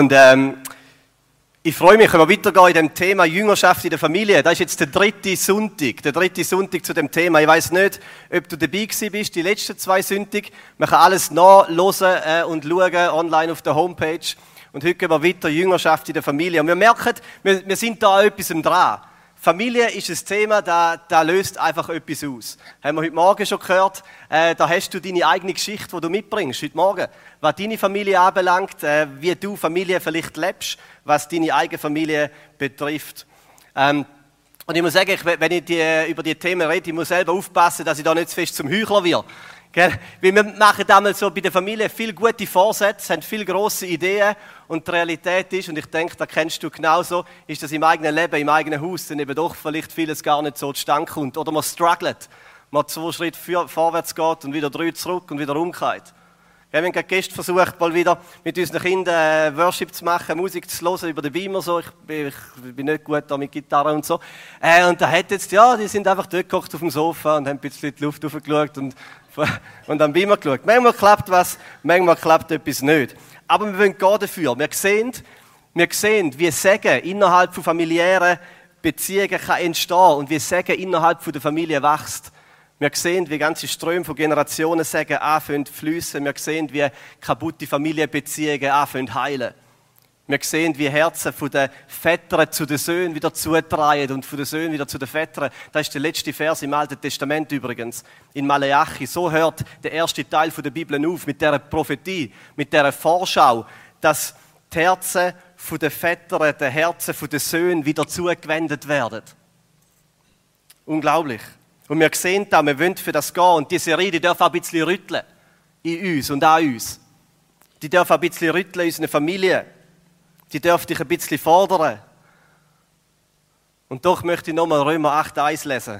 Und ich freue mich, wenn wir weitergehen in dem Thema Jüngerschaft in der Familie. Das ist jetzt der dritte Sonntag zu dem Thema. Ich weiss nicht, ob du dabei gewesen bist, die letzten 2 Sonntage. Man kann alles nachhören und schauen online auf der Homepage. Und heute gehen wir weiter, Jüngerschaft in der Familie. Und wir merken, wir sind da an etwas dran. Familie ist ein Thema, das löst einfach etwas aus. Haben wir heute Morgen schon gehört, da hast du deine eigene Geschichte, die du mitbringst, heute Morgen. Was deine Familie anbelangt, wie du Familie vielleicht lebst, was deine eigene Familie betrifft. Und ich muss sagen, wenn ich über diese Themen rede, ich muss selber aufpassen, dass ich da nicht zu fest zum Heuchler werde. Weil wir machen damals so bei der Familie viele gute Vorsätze, haben viele grosse Ideen und die Realität ist, und ich denke, da kennst du genauso, ist, dass im eigenen Leben, im eigenen Haus dann eben doch vielleicht vieles gar nicht so zustande kommt. Oder man struggelt, man 2 Schritte vorwärts geht und wieder 3 zurück und wieder umkehrt. Wir haben gerade gestern versucht, mal wieder mit unseren Kindern Worship zu machen, Musik zu hören über den Beamer. So. Ich bin nicht gut da mit Gitarre und so. Und da hat jetzt, die sind einfach dort gekocht auf dem Sofa und haben ein bisschen in die Luft hochgeschaut und am Beamer geschaut. Manchmal klappt was, manchmal klappt etwas nicht. Aber wir wollen gehen dafür. Wir sehen, wie Segen innerhalb von familiären Beziehungen kann entstehen und wie Segen innerhalb von der Familie wächst. Wir sehen, wie ganze Ströme von Generationen Segen anfangen zu fliessen. Wir sehen, wie kaputte Familienbeziehungen anfangen zu heilen. Wir sehen, wie Herzen von den Vätern zu den Söhnen wieder zutreiben und von den Söhnen wieder zu den Vätern. Das ist der letzte Vers im Alten Testament übrigens, in Maleachi. So hört der erste Teil der Bibel auf, mit dieser Prophetie, mit dieser Vorschau, dass die Herzen von den Vätern, die Herzen von den Söhnen wieder zugewendet werden. Unglaublich. Und wir sehen da, wir wollen für das gehen. Und diese Serie, die darf auch ein bisschen rütteln. In uns und an uns. Die darf auch ein bisschen rütteln in unserer Familie. Die darf dich ein bisschen fordern. Und doch möchte ich nochmal Römer 8,1 lesen.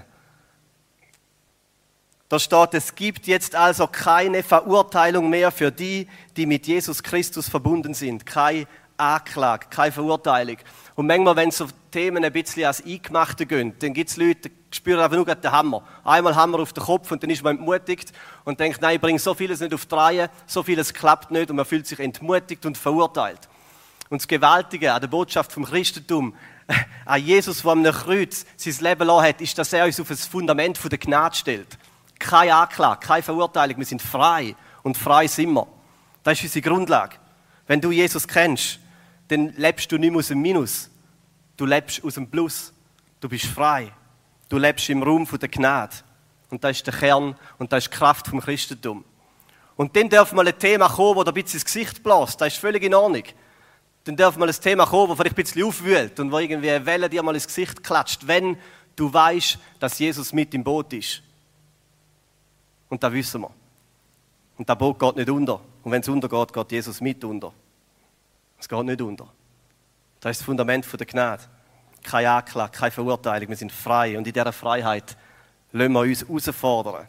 Da steht, es gibt jetzt also keine Verurteilung mehr für die, die mit Jesus Christus verbunden sind. Keine Anklage, keine Verurteilung. Und manchmal, wenn so Themen ein bisschen als Eingemachte gehen, dann gibt es Leute, die spüren einfach nur den Hammer. Einmal Hammer auf den Kopf und dann ist man entmutigt und denkt, nein, ich bringe so vieles nicht auf die Reihe, so vieles klappt nicht und man fühlt sich entmutigt und verurteilt. Und das Gewaltige an der Botschaft vom Christentum, an Jesus, der am Kreuz sein Leben lassen hat, ist, dass er uns auf das Fundament der Gnade stellt. Keine Anklage, keine Verurteilung, wir sind frei und frei sind wir. Das ist unsere Grundlage. Wenn du Jesus kennst, dann lebst du nicht mehr aus dem Minus. Du lebst aus dem Plus. Du bist frei. Du lebst im Raum der Gnade. Und das ist der Kern und das ist die Kraft vom Christentum. Und dann darf mal ein Thema kommen, das ein bisschen ins Gesicht bläst. Das ist völlig in Ordnung. Dann darf mal ein Thema kommen, das vielleicht ein bisschen aufwühlt und wo irgendwie eine Welle dir mal ins Gesicht klatscht, wenn du weißt, dass Jesus mit im Boot ist. Und das wissen wir. Und das Boot geht nicht unter. Und wenn es untergeht, geht Jesus mit unter. Es geht nicht unter. Das ist das Fundament der Gnade. Keine Anklage, keine Verurteilung, wir sind frei. Und in dieser Freiheit lassen wir uns herausfordern.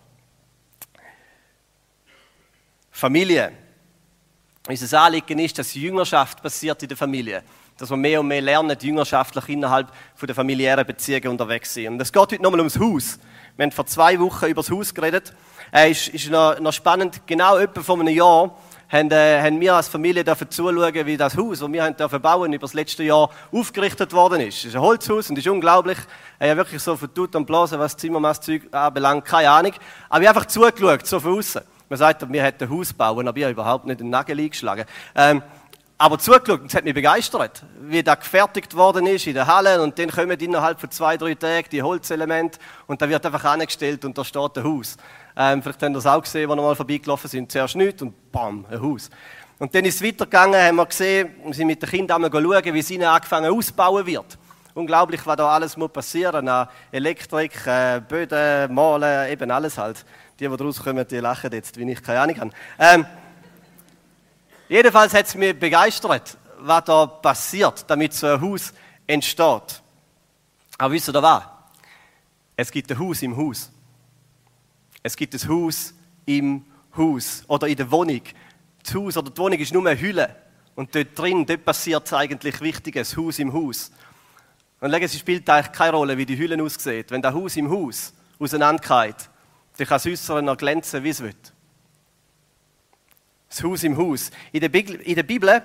Familie. Unser Anliegen ist, dass Jüngerschaft passiert in der Familie. Dass wir mehr und mehr lernen, jüngerschaftlich innerhalb der familiären Beziehungen unterwegs sind. Und es geht heute nochmal ums Haus. Wir haben vor 2 Wochen über das Haus geredet. Ist noch spannend. Genau etwa vor einem Jahr haben wir als Familie zuschauen, wie das Haus, das wir bauen über das letzte Jahr aufgerichtet worden ist. Es ist ein Holzhaus und ist unglaublich. Ich habe wirklich so von Tut und Blasen, was Zimmermannszeug anbelangt, keine Ahnung. Aber ich habe einfach zugeschaut, so von außen. Man sagt, wir hätten ein Haus bauen, aber ich habe überhaupt nicht den Nagel eingeschlagen. Aber zugeschaut, und es hat mich begeistert, wie das gefertigt worden ist in der Halle und dann kommen innerhalb von 2-3 Tagen die Holzelemente und da wird einfach angestellt und da steht ein Haus. Vielleicht haben das auch gesehen, als wir mal vorbeigelaufen sind. Zuerst nichts und bam, ein Haus. Und dann ist es weitergegangen, haben wir gesehen, wir sind mit den Kindern einmal schauen, wie es ihnen angefangen ausbauen wird. Unglaublich, was da alles passieren muss. An Elektrik, Böden, Malen, eben alles halt. Die daraus kommen, die lachen jetzt, wie ich keine Ahnung habe. Jedenfalls hat es mich begeistert, was da passiert, damit so ein Haus entsteht. Aber wisst ihr was? Es gibt ein Haus im Haus. Es gibt ein Haus im Haus oder in der Wohnung. Das Haus oder die Wohnung ist nur eine Hülle. Und dort passiert eigentlich Wichtiges, Haus im Haus. Und es spielt eigentlich keine Rolle, wie die Hülle aussieht. Wenn das Haus im Haus auseinandergeht, dann kann das Äußere noch glänzen, wie es will. Das Haus im Haus. In der Bibel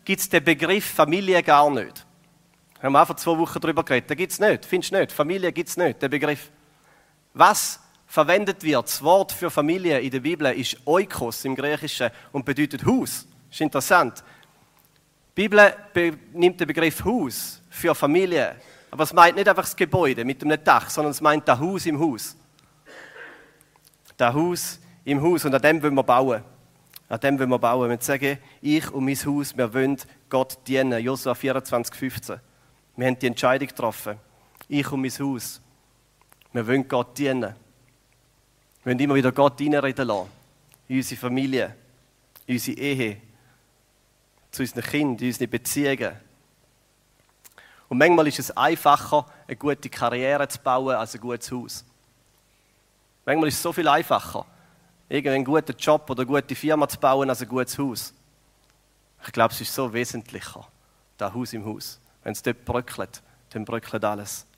gibt es den Begriff Familie gar nicht. Da haben wir auch vor 2 Wochen darüber geredet. Den gibt es nicht. Findest du nicht? Familie gibt es nicht, den Begriff. Was verwendet wird, das Wort für Familie in der Bibel ist Oikos im Griechischen und bedeutet Haus. Das ist interessant. Die Bibel nimmt den Begriff Haus für Familie. Aber es meint nicht einfach das Gebäude mit einem Dach, sondern es meint das Haus im Haus. Das Haus im Haus. Und an dem wollen wir bauen. An dem wollen wir bauen. Wir sagen, ich und mein Haus, wir wollen Gott dienen. Josua 24,15. Wir haben die Entscheidung getroffen. Ich und mein Haus. Wir wollen Gott dienen. Wir wollen immer wieder Gott reinreden lassen. In unsere Familie, in unsere Ehe, zu unseren Kindern, in unsere Beziehungen. Und manchmal ist es einfacher, eine gute Karriere zu bauen, als ein gutes Haus. Manchmal ist es so viel einfacher, einen guten Job oder eine gute Firma zu bauen, als ein gutes Haus. Ich glaube, es ist so wesentlicher, das Haus im Haus. Wenn es dort bröckelt, dann bröckelt alles.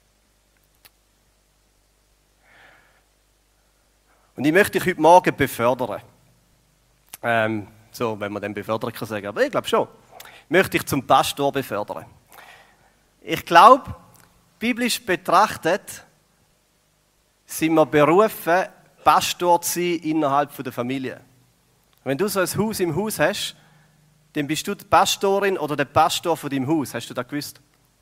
Und ich möchte dich heute Morgen befördern. So, wenn man den befördern kann sagen, aber ich glaube schon. Ich möchte dich zum Pastor befördern. Ich glaube, biblisch betrachtet, sind wir berufen, Pastor zu sein innerhalb der Familie. Wenn du so ein Haus im Haus hast, dann bist du die Pastorin oder der Pastor von deinem Haus. Hast du das gewusst?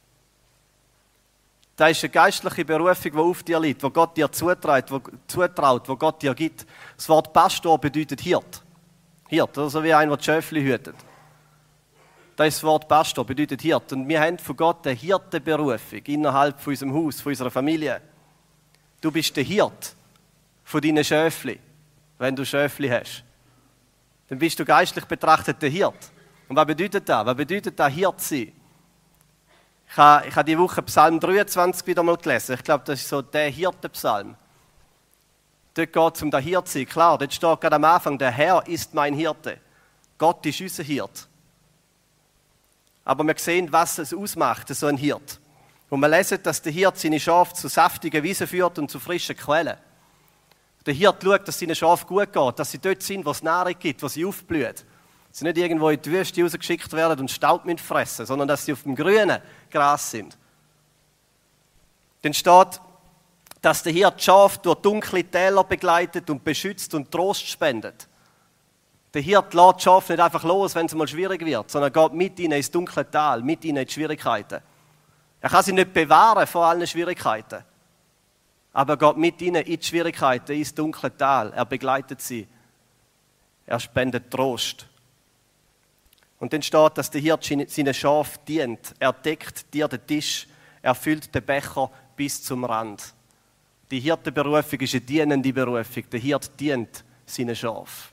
Das ist eine geistliche Berufung, die auf dir liegt, die Gott dir zutraut, die Gott dir gibt. Das Wort Pastor bedeutet Hirt. Hirt, also wie einer, der die Schöfli hütet. Das ist das Wort Pastor, bedeutet Hirt. Und wir haben von Gott eine Hirtenberufung innerhalb von unserem Haus, von unserer Familie. Du bist der Hirt von deinen Schöfli, wenn du Schöfli hast. Dann bist du geistlich betrachtet der Hirt. Und was bedeutet das? Was bedeutet das, Hirt sein? Ich habe diese Woche Psalm 23 wieder mal gelesen. Ich glaube, das ist so der Hirtenpsalm. Dort geht es um den Hirt sein. Klar, dort steht gerade am Anfang, der Herr ist mein Hirte. Gott ist unser Hirt. Aber wir sehen, was es ausmacht, so ein Hirt. Und wir lesen, dass der Hirt seine Schafe zu saftigen Wiesen führt und zu frischen Quellen. Der Hirt schaut, dass seine Schafe gut geht, dass sie dort sind, wo es Nahrung gibt, wo sie aufblühen. Dass sie nicht irgendwo in die Wüste rausgeschickt werden und Staub fressen, sondern dass sie auf dem grünen Gras sind. Dann steht, dass der Hirt die Schafe durch dunkle Täler begleitet und beschützt und Trost spendet. Der Hirt lässt die Schafe nicht einfach los, wenn es mal schwierig wird, sondern geht mit ihnen ins dunkle Tal, mit ihnen in die Schwierigkeiten. Er kann sie nicht bewahren vor allen Schwierigkeiten, aber er geht mit ihnen in die Schwierigkeiten, ins dunkle Tal. Er begleitet sie. Er spendet Trost. Und dann steht, dass der Hirt seinen Schafen dient. Er deckt dir den Tisch, er füllt den Becher bis zum Rand. Die Hirtenberufung ist eine dienende Berufung. Der Hirt dient seinen Schafen.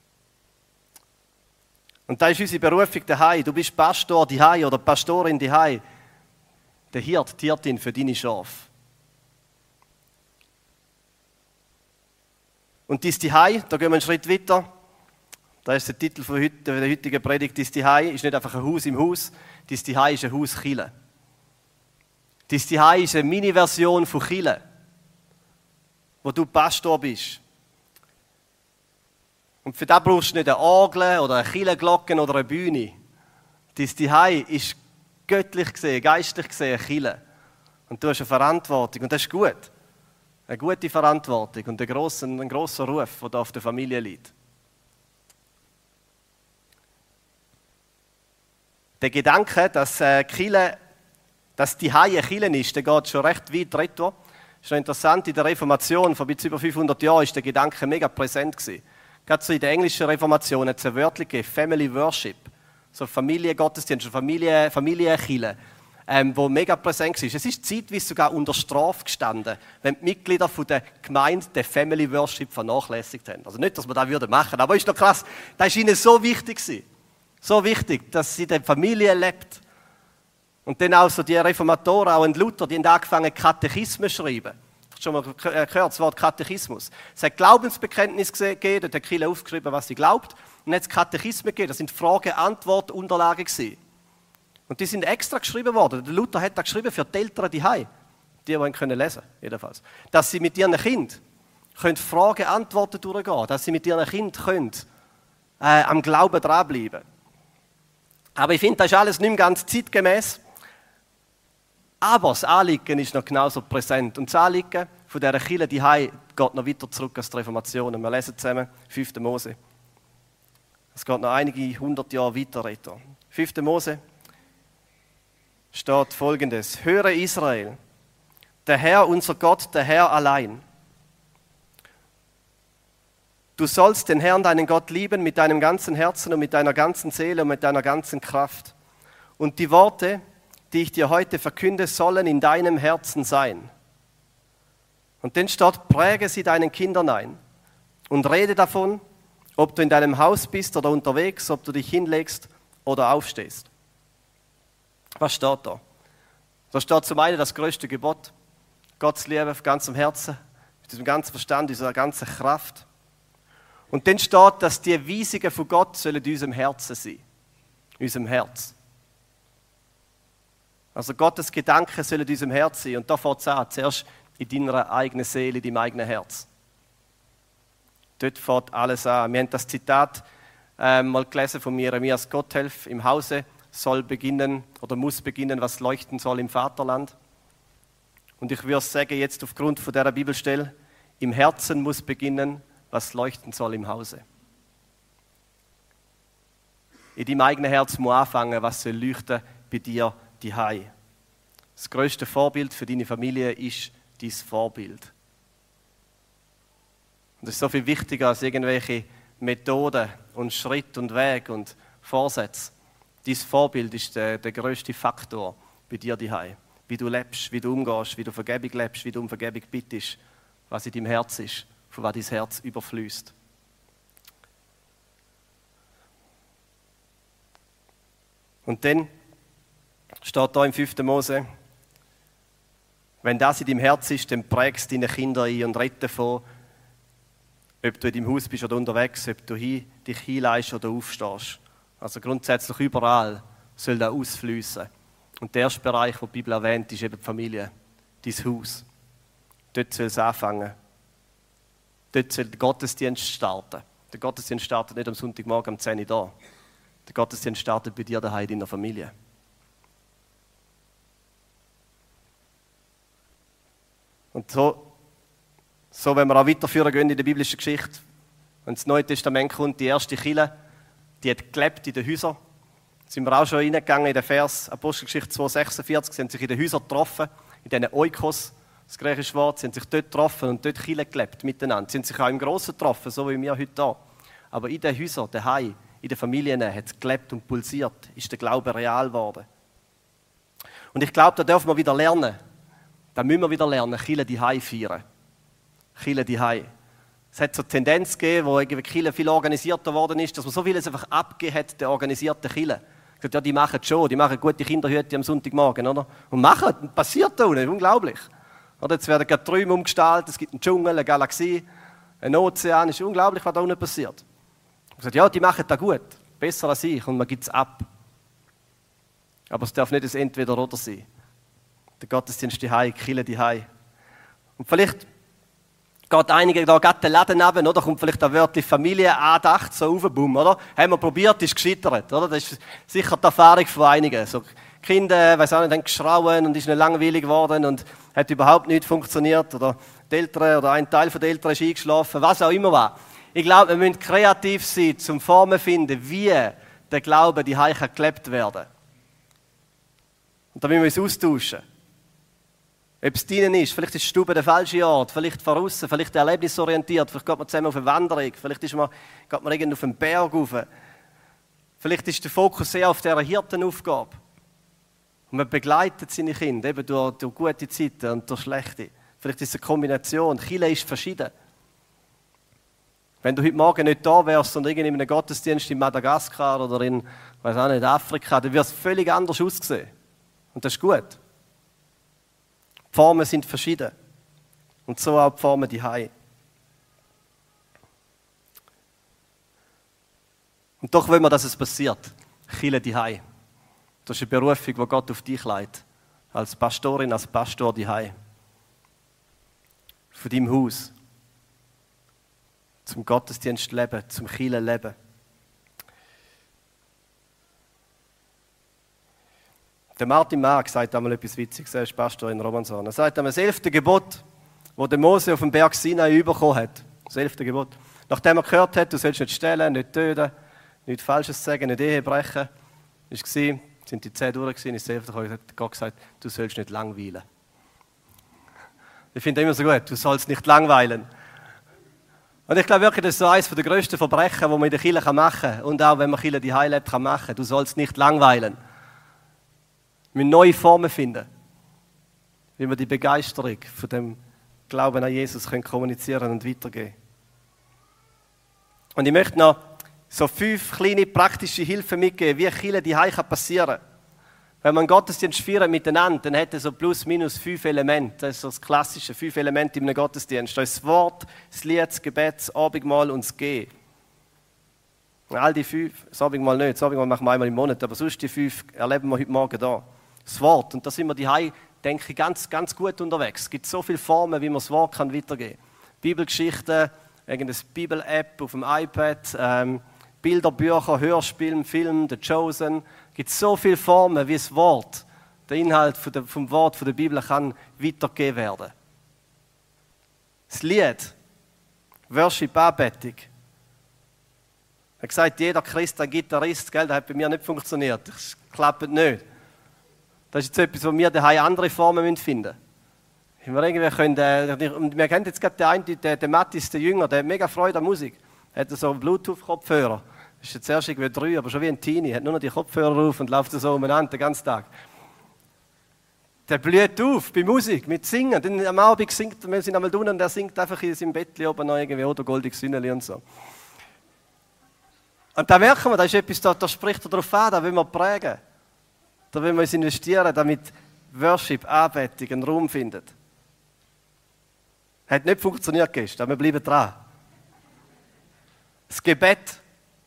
Und das ist unsere Berufung daheim. Du bist Pastor daheim oder Pastorin daheim. Der Hirt tiert ihn für deine Schafe. Und dies daheim, da gehen wir einen Schritt weiter. Das ist der Titel der heutigen Predigt. Dies daheim ist nicht einfach ein Haus im Haus. Dies daheim ist ein Haus Chile. Dies daheim ist eine Mini-Version von Chile, wo du Pastor bist. Und für das brauchst du nicht eine Orgel oder eine Kirchenglocke oder eine Bühne. Dein Zuhause ist göttlich gesehen, geistlich gesehen eine Kirche. Und du hast eine Verantwortung und das ist gut. Eine gute Verantwortung und ein grosser Ruf, der da auf der Familie liegt. Der Gedanke, dass die Haie Kirche ist, der geht schon recht weit retour. Das ist schon interessant, in der Reformation vor über 500 Jahren war der Gedanke mega präsent gewesen. Gerade so in der englischen Reformation hat es ein Wörtchen gegeben, Family Worship. So Familiengottesdienst, Familienkirche, wo mega präsent war. Es ist zeitweise sogar unter Strafe gestanden, wenn die Mitglieder der Gemeinde den Family Worship vernachlässigt haben. Also nicht, dass wir das machen würden, aber ist doch krass, das war ihnen so wichtig gewesen. So wichtig, dass sie die Familie lebt. Und dann auch so die Reformatoren, auch in Luther, die haben angefangen, Katechismen zu schreiben. Hast du schon mal gehört, das Wort Katechismus? Es hat Glaubensbekenntnis gegeben, dort hat die Kirche aufgeschrieben, was sie glaubt. Und dann hat es Katechismen gegeben, das sind Frage-Antwort-Unterlagen gewesen. Und die sind extra geschrieben worden. Der Luther hat das geschrieben für die Eltern daheim. Die lesen können, jedenfalls. Dass sie mit ihren Kindern Fragen-Antworten durchgehen können, dass sie mit ihren Kindern am Glauben dranbleiben können. Aber ich finde, das ist alles nicht mehr ganz zeitgemäß. Aber das Anliegen ist noch genauso präsent. Und das Anliegen von dieser Kirche die geht noch weiter zurück als die Reformation. Und wir lesen zusammen 5. Mose. Es geht noch einige 100 Jahre weiter. 5. Mose steht Folgendes: Höre Israel, der Herr, unser Gott, der Herr allein. Du sollst den Herrn, deinen Gott, lieben mit deinem ganzen Herzen und mit deiner ganzen Seele und mit deiner ganzen Kraft. Und die Worte, die ich dir heute verkünde, sollen in deinem Herzen sein. Und dann steht, präge sie deinen Kindern ein und rede davon, ob du in deinem Haus bist oder unterwegs, ob du dich hinlegst oder aufstehst. Was steht da? Da steht zum einen das größte Gebot, Gott zu lieben auf ganzem Herzen, mit diesem ganzen Verstand, dieser ganzen Kraft. Und dann steht, dass die Weisungen von Gott sollen in unserem Herzen sein. In unserem Herz. Also Gottes Gedanken sollen in unserem Herz sein. Und da fängt es an, zuerst in deiner eigenen Seele, in deinem eigenen Herz. Dort fängt alles an. Wir haben das Zitat mal gelesen von Jeremias Gotthelf: Im Hause soll beginnen oder muss beginnen, was leuchten soll im Vaterland. Und ich würde sagen, jetzt aufgrund von dieser Bibelstelle, im Herzen muss beginnen, was leuchten soll im Hause. In deinem eigenen Herz muss anfangen, was soll leuchten bei dir daheim. Das grösste Vorbild für deine Familie ist dein Vorbild. Und das ist so viel wichtiger als irgendwelche Methoden und Schritt und Weg und Vorsätze. Dein Vorbild ist der grösste Faktor bei dir daheim. Wie du lebst, wie du umgehst, wie du Vergebung lebst, wie du um Vergebung bittest, was in deinem Herz ist, von was dein Herz überfließt. Und dann steht da im 5. Mose, wenn das in deinem Herz ist, dann prägst deine Kinder ein und red davon, ob du in deinem Haus bist oder unterwegs, ob du dich hinleihst oder aufstehst. Also grundsätzlich überall soll das ausfließen. Und der erste Bereich, den die Bibel erwähnt, ist eben die Familie, dein Haus. Dort soll es anfangen. Dort soll der Gottesdienst starten. Der Gottesdienst startet nicht am Sonntagmorgen um 10 Uhr da. Der Gottesdienst startet bei dir daheim in deiner Familie. Und so, wenn wir auch weiterführen gehen in der biblischen Geschichte, wenn das Neue Testament kommt, die erste Kirche, die hat gelebt in den Häusern. Da sind wir auch schon reingegangen in den Vers Apostelgeschichte 2,46. Sie haben sich in den Häusern getroffen, in diesen Oikos, das griechische Wort. Sie haben sich dort getroffen und dort Kirche gelebt miteinander. Sie haben sich auch im Grossen getroffen, so wie wir heute hier. Aber in den Häusern, daheim, in den Familien hat es gelebt und pulsiert, ist der Glaube real geworden. Und ich glaube, da dürfen wir wieder lernen. Da müssen wir wieder lernen, Kirche daheim feiern. Kirche daheim. Es hat so eine Tendenz gegeben, wo Kirche viel organisierter geworden ist, dass man so vieles einfach abgegeben hat, der organisierten Kirche. Gesagt, ja, die machen schon, die machen gute Kinderhüte am Sonntagmorgen, oder? Und machen, passiert da unten, unglaublich. Oder jetzt werden gerade Träume umgestaltet, es gibt einen Dschungel, eine Galaxie, einen Ozean, es ist unglaublich, was da unten passiert. Und gesagt, ja, die machen das gut, besser als ich, und man gibt es ab. Aber es darf nicht das Entweder-Oder sein. Der Gottesdienst daheim, die Kirche daheim. Und vielleicht geht einige da gerade den Laden runter, oder? Kommt vielleicht ein Wörtchen Familienandacht so auf, bumm, oder? Haben wir probiert, ist gescheitert, oder? Das ist sicher die Erfahrung von einigen. So, Kinder, weiss auch nicht, haben geschrauen und ist nicht langweilig geworden und hat überhaupt nicht funktioniert, oder die Eltern oder ein Teil der Eltern ist eingeschlafen, was auch immer war. Ich glaube, wir müssen kreativ sein, zum Formen finden, wie der Glaube die Heiche gelebt werden. Und da müssen wir uns austauschen. Ob es drinnen ist, vielleicht ist die Stube der falsche Ort, vielleicht von außen, vielleicht erlebnisorientiert, vielleicht geht man zusammen auf eine Wanderung, vielleicht geht man irgendwo auf einen Berg rauf. Vielleicht ist der Fokus sehr auf dieser Hirtenaufgabe. Und man begleitet seine Kinder eben durch gute Zeiten und durch schlechte. Vielleicht ist es eine Kombination. Kirche ist verschieden. Wenn du heute Morgen nicht da wärst, sondern in einem Gottesdienst in Madagaskar oder in, weiß auch nicht, Afrika, dann wird es völlig anders aussehen. Und das ist gut. Die Formen sind verschieden. Und so auch die Formen daheim. Und doch wollen wir, dass es passiert. Kirche daheim. Das ist eine Berufung, die Gott auf dich legt. Als Pastorin, als Pastor daheim. Von deinem Haus. Zum Gottesdienst leben, zum Kirche leben. Der Martin Mark sagt einmal etwas Witziges, er ist Pastor in Romanshorn. Er sagt einmal, das 11. Gebot, wo der Mose auf dem Berg Sinai bekommen hat, das 11. Gebot, nachdem er gehört hat, du sollst nicht stehlen, nicht töten, nichts Falsches sagen, nicht Ehe brechen, sind die 10 durch gewesen, ist das 11. gekommen, hat Gott gesagt, du sollst nicht langweilen. Ich finde immer so gut, du sollst nicht langweilen. Und ich glaube wirklich, das ist so eines der grössten Verbrechen, die man in der Kirche machen kann. Und auch, wenn man Kirche die lebt, kann machen. Du sollst nicht langweilen. Wir müssen neue Formen finden, wie wir die Begeisterung von dem Glauben an Jesus können kommunizieren und weitergeben. Und ich möchte noch so 5 kleine praktische Hilfen mitgeben, wie Kirche die passieren kann. Wenn man einen Gottesdienst feiert miteinander, dann hat er so plus minus 5 Elemente. Das ist so das klassische 5 Elemente in einem Gottesdienst. Das ist das Wort, das Lied, das Gebet, das Abendmahl und das Gehen. All die 5, das Abendmahl nicht, das Abendmahl machen wir einmal im Monat, aber sonst die 5 erleben wir heute Morgen hier. Das Wort, und da sind wir die denke ich, ganz, ganz gut unterwegs. Es gibt so viele Formen, wie man das Wort weitergeben kann. Bibelgeschichten, irgendeine Bibel-App auf dem iPad, Bilderbücher, Hörspiele, Film, The Chosen. Es gibt so viele Formen, wie das Wort, der Inhalt vom Wort der Bibel kann weitergegeben werden. Das Lied, Worship, Anbetung. Er hat gesagt, jeder Christ ein Gitarrist, gell? Das hat bei mir nicht funktioniert. Das klappt nicht. Das ist jetzt etwas, wo wir daheim andere Formen finden müssen. Wir kennen jetzt gerade den Mathis, der Jünger, der hat mega Freude an Musik. Er hat so einen Bluetooth-Kopfhörer. Das ist jetzt erst irgendwie 3, aber schon wie ein Teenie. Er hat nur noch die Kopfhörer auf und läuft so umeinander den ganzen Tag. Der blüht auf bei Musik, mit Singen. Dann am Abend singt, wir sind einmal unten und er singt einfach in seinem Bettchen oben noch irgendwie oder goldiges Sünneli und so. Und da merken wir, da ist etwas, da spricht er darauf an, da wollen wir prägen. Da wollen wir uns investieren, damit Worship, Anbetung einen Raum findet. Hat nicht funktioniert gestern, aber wir bleiben dran. Das Gebet,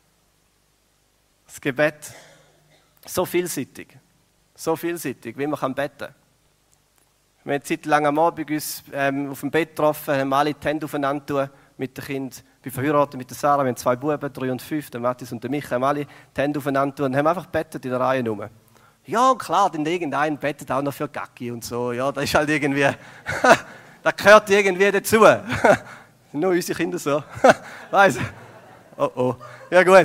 so vielseitig, wie man beten kann. Wir haben eine Zeit lang am Abend uns auf dem Bett getroffen, haben alle die Hände aufeinander tun mit den Kindern. Ich bin verheiratet mit der Sarah, wir haben 2 Buben, 3 und 5, der Mathis und der Michael, haben alle die Hände aufeinander tun und haben einfach gebetet in der Reihe rum. Ja, klar, denn irgendein bettet auch noch für Gacki und so. Ja, das ist halt irgendwie, das gehört irgendwie dazu. Nur unsere Kinder so. Weiss. Oh. Ja gut.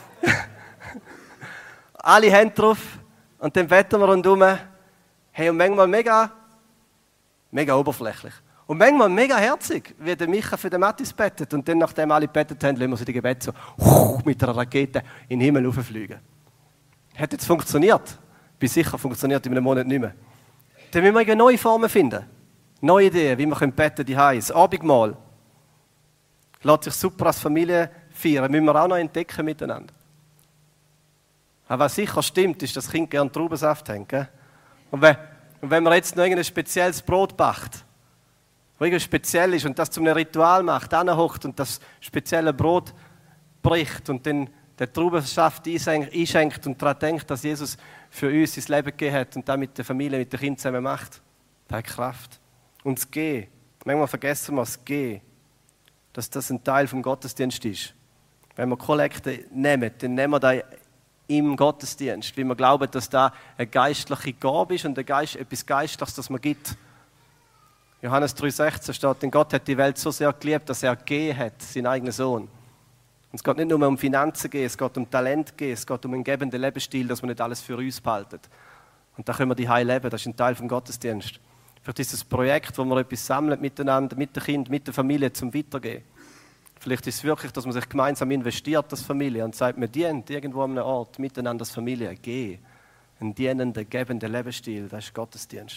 Alle Hände drauf und dann beten wir rundherum. Hey, und manchmal mega oberflächlich. Und manchmal mega herzig, wie der Micha für den Mathis bettet. Und dann, nachdem alle gebetet haben, lassen wir sie die Gebet so mit einer Rakete in den Himmel rauffliegen. Hat jetzt funktioniert? Bin sicher, funktioniert in einem Monat nicht mehr. Dann müssen wir neue Formen finden. Neue Ideen, wie wir beten die Das Abendmahl. Lässt sich super als Familie feiern. Müssen wir auch noch entdecken miteinander. Aber was sicher stimmt, ist, dass Kinder gerne Traubensaft haben. Gell? Und wenn man jetzt noch ein spezielles Brot backt, das irgendwie speziell ist und das zu einem Ritual macht, anhockt und das spezielle Brot bricht und dann den Traubensaft einschenkt und daran denkt, dass Jesus für uns sein Leben gegeben hat und das mit der Familie, mit den Kindern zusammen macht, das hat Kraft. Und das Gehen, manchmal vergessen wir das Gehen, dass das ein Teil vom Gottesdienst ist. Wenn wir Kollekte nehmen, dann nehmen wir das im Gottesdienst, weil wir glauben, dass da eine geistliche Gabe ist und etwas Geistliches, das man gibt. Johannes 3,16 steht, denn Gott hat die Welt so sehr geliebt, dass er gegeben hat, seinen eigenen Sohn. Und es geht nicht nur um Finanzen gehen, es geht um Talent gehen, es geht um einen gebenden Lebensstil, dass wir nicht alles für uns behalten. Und da können wir die leben, das ist ein Teil vom Gottesdienst. Vielleicht ist es ein Projekt, wo wir etwas sammeln miteinander, mit den Kindern, mit der Familie zum Weitergehen. Vielleicht ist es wirklich, dass man sich gemeinsam investiert als Familie und sagt, man dient irgendwo an einem Ort miteinander als Familie. Geh. Ein dienender, gebender Lebensstil, das ist Gottesdienst.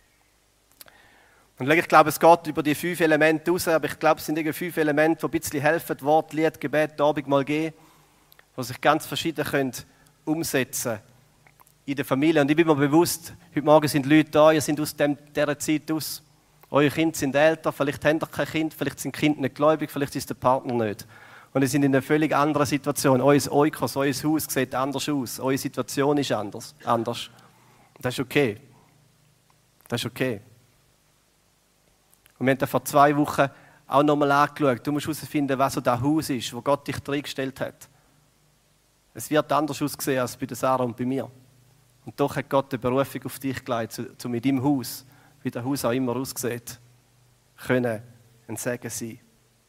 Und ich glaube, es geht über die 5 Elemente raus, aber ich glaube, es sind 5 Elemente, die ein bisschen helfen, Wort, Lied, Gebet, Abendmahl gehen, die sich ganz verschieden können umsetzen in der Familie. Und ich bin mir bewusst, heute Morgen sind Leute da, ihr seid aus dieser Zeit aus. Eure Kinder sind älter, vielleicht habt ihr kein Kind, vielleicht sind die Kinder nicht gläubig, vielleicht ist der Partner nicht. Und ihr sind in einer völlig anderen Situation. Euer Oikos, euer Haus sieht anders aus. Eure Situation ist anders. Das ist okay. Das ist okay. Und wir haben das vor 2 Wochen auch nochmal angeschaut. Du musst herausfinden, was so das Haus ist, wo Gott dich reingestellt hat. Es wird anders aussehen als bei der Sarah und bei mir. Und doch hat Gott eine Berufung auf dich gelegt, zu mit deinem Haus, wie das Haus auch immer aussieht, können ein Segen sein.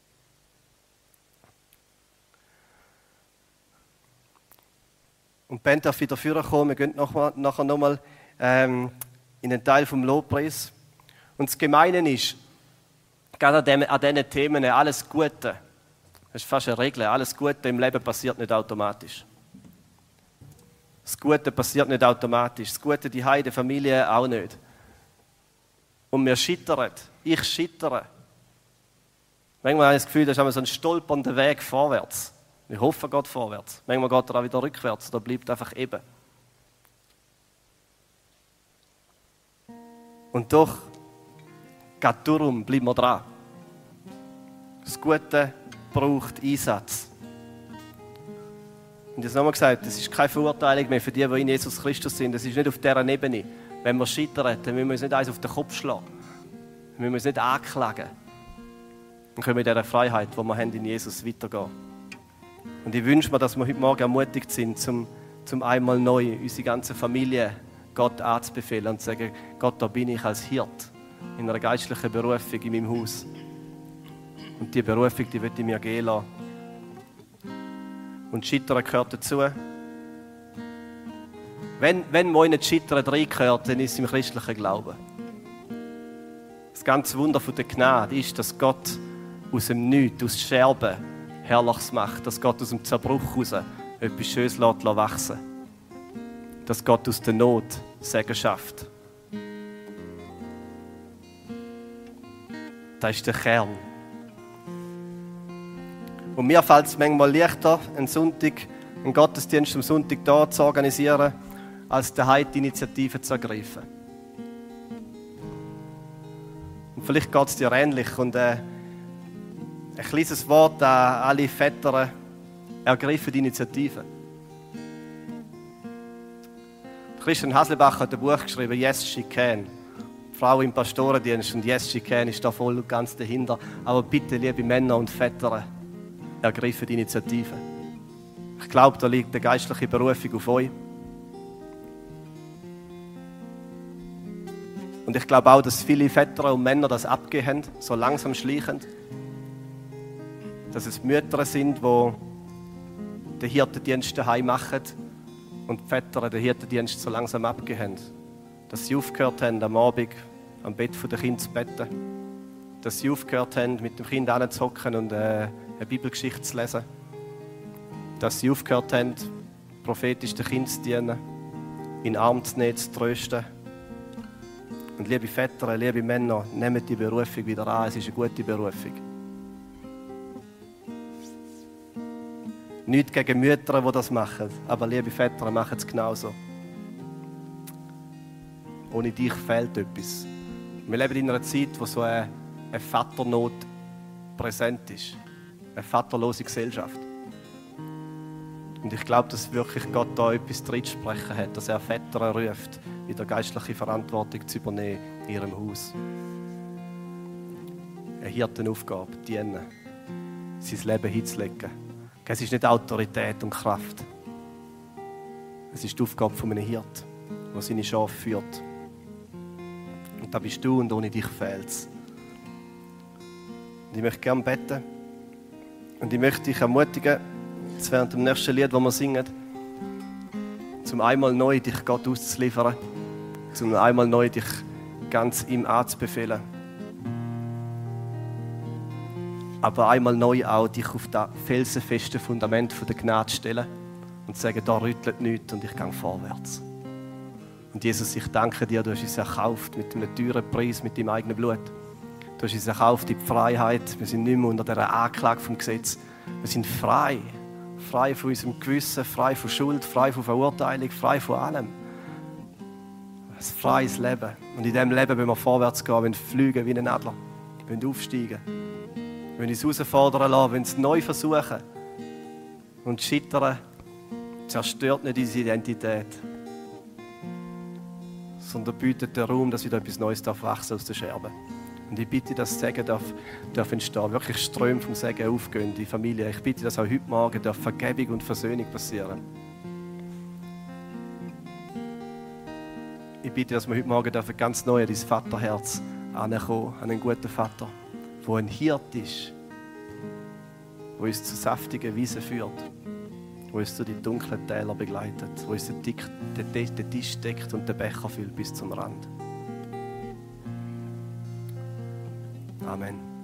Und die Band darf wieder vorkommen. Wir gehen nachher nochmal in einen Teil vom Lobpreis. Und das Gemeine ist, gerade an diesen Themen, alles Gute, das ist fast eine Regel, alles Gute im Leben passiert nicht automatisch. Das Gute passiert nicht automatisch. Das Gute die Heide, Familie auch nicht. Und wir scheitern. Ich scheitere. Manchmal habe ich das Gefühl, das ist einmal so ein stolpernder Weg vorwärts. Ich hoffe, er geht vorwärts. Manchmal geht er auch wieder rückwärts oder bleibt einfach eben. Und doch, gerade darum bleiben wir dran. Das Gute braucht Einsatz. Und ich habe es nochmal gesagt, das ist keine Verurteilung mehr für die in Jesus Christus sind. Das ist nicht auf dieser Ebene. Wenn wir scheitern, dann müssen wir uns nicht eins auf den Kopf schlagen. Wir müssen uns nicht anklagen. Dann können wir in dieser Freiheit, die wir haben in Jesus, weitergehen. Und ich wünsche mir, dass wir heute Morgen ermutigt sind, zum einmal neu unsere ganze Familie Gott anzubefehlen und zu sagen, Gott, da bin ich als Hirt in einer geistlichen Berufung in meinem Haus. Und diese Berufung, die will ich mir gehen lassen. Und Scheitern gehört dazu. Wenn man nicht Scheitern reingehört, dann ist es im christlichen Glauben. Das ganze Wunder der Gnade ist, dass Gott aus dem Nichts, aus Scherben, Herrliches macht. Dass Gott aus dem Zerbruch heraus etwas Schönes wachsen lässt. Dass Gott aus der Not Segen schafft. Das ist der Kern. Und mir fällt es manchmal leichter, einen Gottesdienst am Sonntag hier zu organisieren, als daheim die Initiative zu ergreifen. Und vielleicht geht es dir ähnlich. Und ein kleines Wort an alle Väter: ergreifen die Initiative. Christian Haselbach hat ein Buch geschrieben, «Yes, she can». Frau im Pastorendienst und «Yes, she can» ist da voll und ganz dahinter. Aber bitte, liebe Männer und Väter, ergreifen die Initiative. Ich glaube, da liegt eine geistliche Berufung auf euch. Und ich glaube auch, dass viele Väter und Männer das abgehen, so langsam schleichen. Dass es Mütter sind, die den Hirtendienst daheim machen und die Väter den Hirtendienst so langsam abgehen. Dass sie aufgehört haben, am Abend am Bett der Kinder zu betten. Dass sie aufgehört haben, mit dem Kind hinzuhocken und eine Bibelgeschichte zu lesen. Dass sie aufgehört haben, prophetisch den Kindern zu dienen, in den Arm zu nehmen, zu trösten. Und liebe Väter, liebe Männer, nehmt die Berufung wieder an, es ist eine gute Berufung. Nicht gegen Mütter, die das machen, aber liebe Väter, machen es genauso. Ohne dich fehlt etwas. Wir leben in einer Zeit, wo so eine Vaternot präsent ist. Eine vaterlose Gesellschaft. Und ich glaube, dass wirklich Gott da etwas drin zu sprechen hat, dass er Väter ruft, wieder geistliche Verantwortung zu übernehmen in ihrem Haus. Eine Hirtenaufgabe, dienen, sein Leben hinzulegen. Es ist nicht Autorität und Kraft. Es ist die Aufgabe von einem Hirt, der seine Schafe führt. Und da bist du und ohne dich fehlt es. Und ich möchte gerne beten. Und ich möchte dich ermutigen, jetzt während dem nächsten Lied, das wir singen, zum einmal neu dich Gott auszuliefern, zum einmal neu dich ganz ihm anzubefehlen. Aber einmal neu auch dich auf das felsenfeste Fundament der Gnade stellen und sagen, da rüttelt nichts und ich gehe vorwärts. Und Jesus, ich danke dir, du hast uns erkauft mit einem teuren Preis, mit deinem eigenen Blut. Du hast uns erkauft in die Freiheit. Wir sind nicht mehr unter dieser Anklage vom Gesetz. Wir sind frei. Frei von unserem Gewissen, frei von Schuld, frei von Verurteilung, frei von allem. Ein freies Leben. Und in diesem Leben wollen wir vorwärts gehen, wollen fliegen wie ein Adler, wollen aufsteigen, wollen uns herausfordern lassen, wollen es neu versuchen. Und Scheitern zerstört nicht unsere Identität, sondern bietet den Raum, dass wieder etwas Neues wachsen aus den Scherben. Und ich bitte, dass Segen darf entstehen, wirklich Ströme vom Segen aufgehen in die Familie. Ich bitte, dass auch heute Morgen Vergebung und Versöhnung passieren. ich bitte, dass wir heute Morgen ganz neu an dein Vaterherz ankommen, an einen guten Vater, der ein Hirt ist, der uns zu saftigen Wiesen führt, der uns durch die dunklen Täler begleitet, der uns den Tisch deckt und den Becher füllt bis zum Rand. Amen.